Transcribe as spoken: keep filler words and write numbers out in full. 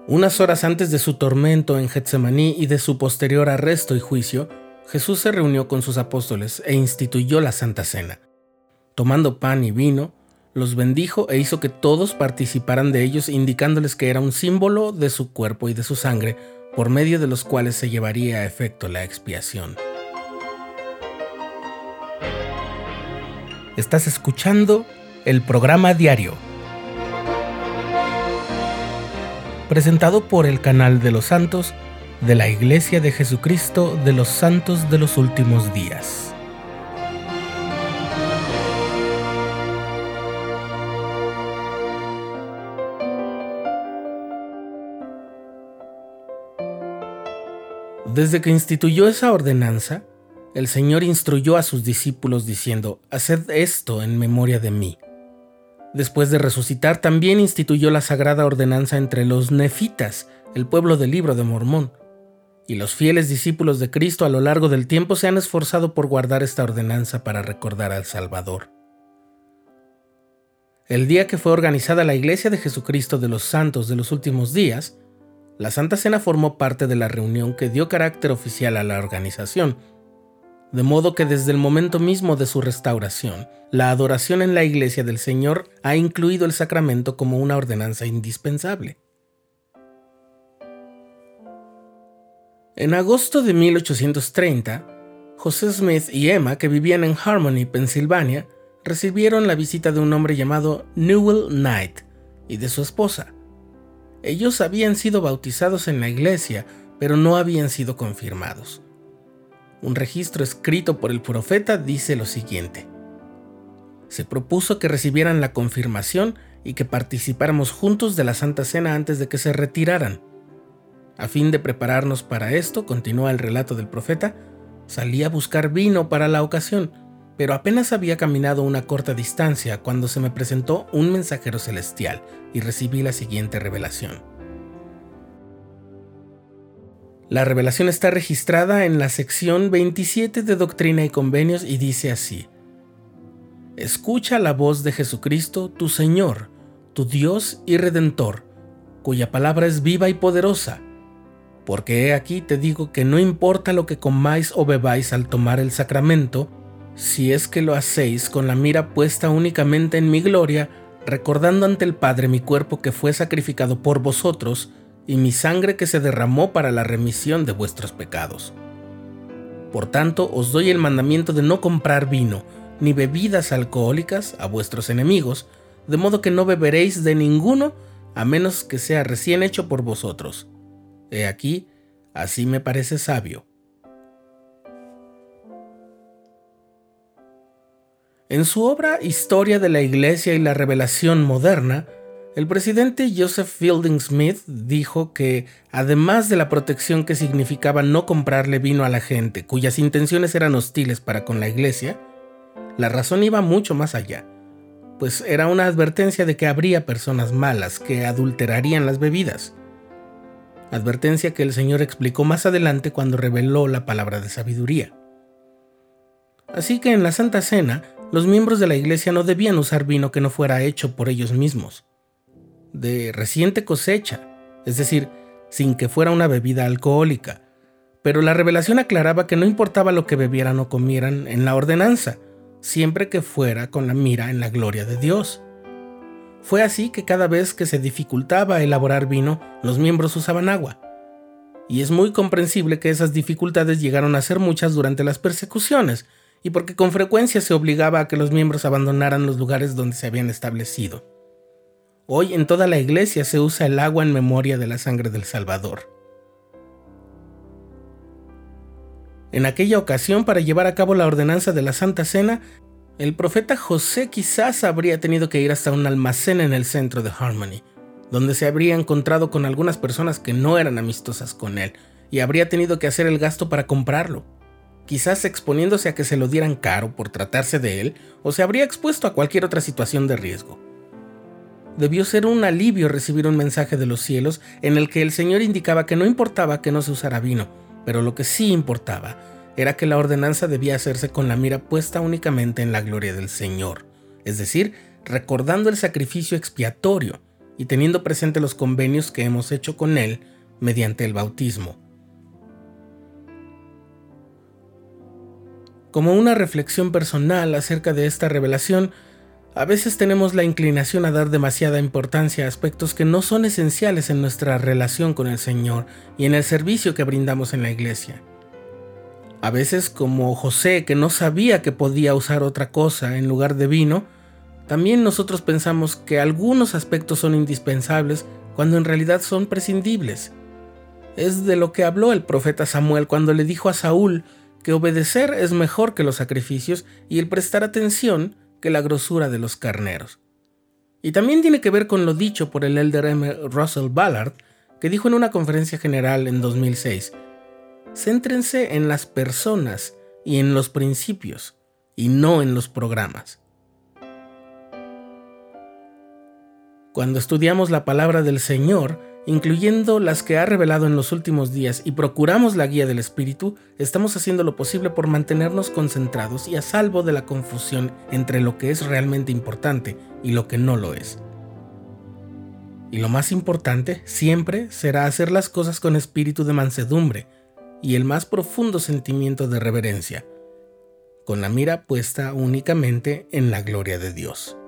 Unas horas antes de su tormento en Getsemaní y de su posterior arresto y juicio, Jesús se reunió con sus apóstoles e instituyó la Santa Cena. Tomando pan y vino, los bendijo e hizo que todos participaran de ellos, indicándoles que era un símbolo de su cuerpo y de su sangre, por medio de los cuales se llevaría a efecto la expiación. Estás escuchando el programa diario, presentado por el canal de los santos de la Iglesia de Jesucristo de los Santos de los Últimos Días. Desde que instituyó esa ordenanza, el Señor instruyó a sus discípulos diciendo: «Haced esto en memoria de mí». Después de resucitar, también instituyó la sagrada ordenanza entre los nefitas, el pueblo del Libro de Mormón. Y los fieles discípulos de Cristo a lo largo del tiempo se han esforzado por guardar esta ordenanza para recordar al Salvador. El día que fue organizada la Iglesia de Jesucristo de los Santos de los Últimos Días, la Santa Cena formó parte de la reunión que dio carácter oficial a la organización, de modo que desde el momento mismo de su restauración, la adoración en la Iglesia del Señor ha incluido el sacramento como una ordenanza indispensable. En agosto de mil ochocientos treinta, José Smith y Emma, que vivían en Harmony, Pensilvania, recibieron la visita de un hombre llamado Newell Knight y de su esposa. Ellos habían sido bautizados en la iglesia, pero no habían sido confirmados. Un registro escrito por el profeta dice lo siguiente: se propuso que recibieran la confirmación y que participáramos juntos de la Santa Cena antes de que se retiraran. A fin de prepararnos para esto, continúa el relato del profeta, salí a buscar vino para la ocasión, pero apenas había caminado una corta distancia cuando se me presentó un mensajero celestial y recibí la siguiente revelación. La revelación está registrada en la sección veintisiete de Doctrina y Convenios y dice así: escucha la voz de Jesucristo, tu Señor, tu Dios y Redentor, cuya palabra es viva y poderosa. Porque he aquí te digo que no importa lo que comáis o bebáis al tomar el sacramento, si es que lo hacéis con la mira puesta únicamente en mi gloria, recordando ante el Padre mi cuerpo que fue sacrificado por vosotros, y mi sangre que se derramó para la remisión de vuestros pecados. Por tanto, os doy el mandamiento de no comprar vino, ni bebidas alcohólicas a vuestros enemigos, de modo que no beberéis de ninguno, a menos que sea recién hecho por vosotros. He aquí, así me parece sabio. En su obra Historia de la Iglesia y la Revelación Moderna, el presidente Joseph Fielding Smith dijo que, además de la protección que significaba no comprarle vino a la gente cuyas intenciones eran hostiles para con la iglesia, la razón iba mucho más allá, pues era una advertencia de que habría personas malas que adulterarían las bebidas. Advertencia que el Señor explicó más adelante cuando reveló la palabra de sabiduría. Así que en la Santa Cena, los miembros de la iglesia no debían usar vino que no fuera hecho por ellos mismos, de reciente cosecha, es decir, sin que fuera una bebida alcohólica, pero la revelación aclaraba que no importaba lo que bebieran o comieran en la ordenanza, siempre que fuera con la mira en la gloria de Dios. Fue así que cada vez que se dificultaba elaborar vino, los miembros usaban agua, y es muy comprensible que esas dificultades llegaron a ser muchas durante las persecuciones, y porque con frecuencia se obligaba a que los miembros abandonaran los lugares donde se habían establecido. Hoy en toda la iglesia se usa el agua en memoria de la sangre del Salvador. En aquella ocasión, para llevar a cabo la ordenanza de la Santa Cena, el profeta José quizás habría tenido que ir hasta un almacén en el centro de Harmony, donde se habría encontrado con algunas personas que no eran amistosas con él, y habría tenido que hacer el gasto para comprarlo, quizás exponiéndose a que se lo dieran caro por tratarse de él, o se habría expuesto a cualquier otra situación de riesgo. Debió ser un alivio recibir un mensaje de los cielos en el que el Señor indicaba que no importaba que no se usara vino, pero lo que sí importaba era que la ordenanza debía hacerse con la mira puesta únicamente en la gloria del Señor, es decir, recordando el sacrificio expiatorio, y teniendo presente los convenios que hemos hecho con Él mediante el bautismo. Como una reflexión personal acerca de esta revelación, a veces tenemos la inclinación a dar demasiada importancia a aspectos que no son esenciales en nuestra relación con el Señor y en el servicio que brindamos en la iglesia. A veces, como José, que no sabía que podía usar otra cosa en lugar de vino, también nosotros pensamos que algunos aspectos son indispensables cuando en realidad son prescindibles. Es de lo que habló el profeta Samuel cuando le dijo a Saúl que obedecer es mejor que los sacrificios y el prestar atención que la grosura de los carneros. Y también tiene que ver con lo dicho por el elder M. Russell Ballard, que dijo en una conferencia general en dos mil seis, céntrense en las personas y en los principios, y no en los programas. Cuando estudiamos la palabra del Señor, incluyendo las que ha revelado en los últimos días, y procuramos la guía del Espíritu, estamos haciendo lo posible por mantenernos concentrados y a salvo de la confusión entre lo que es realmente importante y lo que no lo es. Y lo más importante siempre será hacer las cosas con espíritu de mansedumbre y el más profundo sentimiento de reverencia, con la mira puesta únicamente en la gloria de Dios.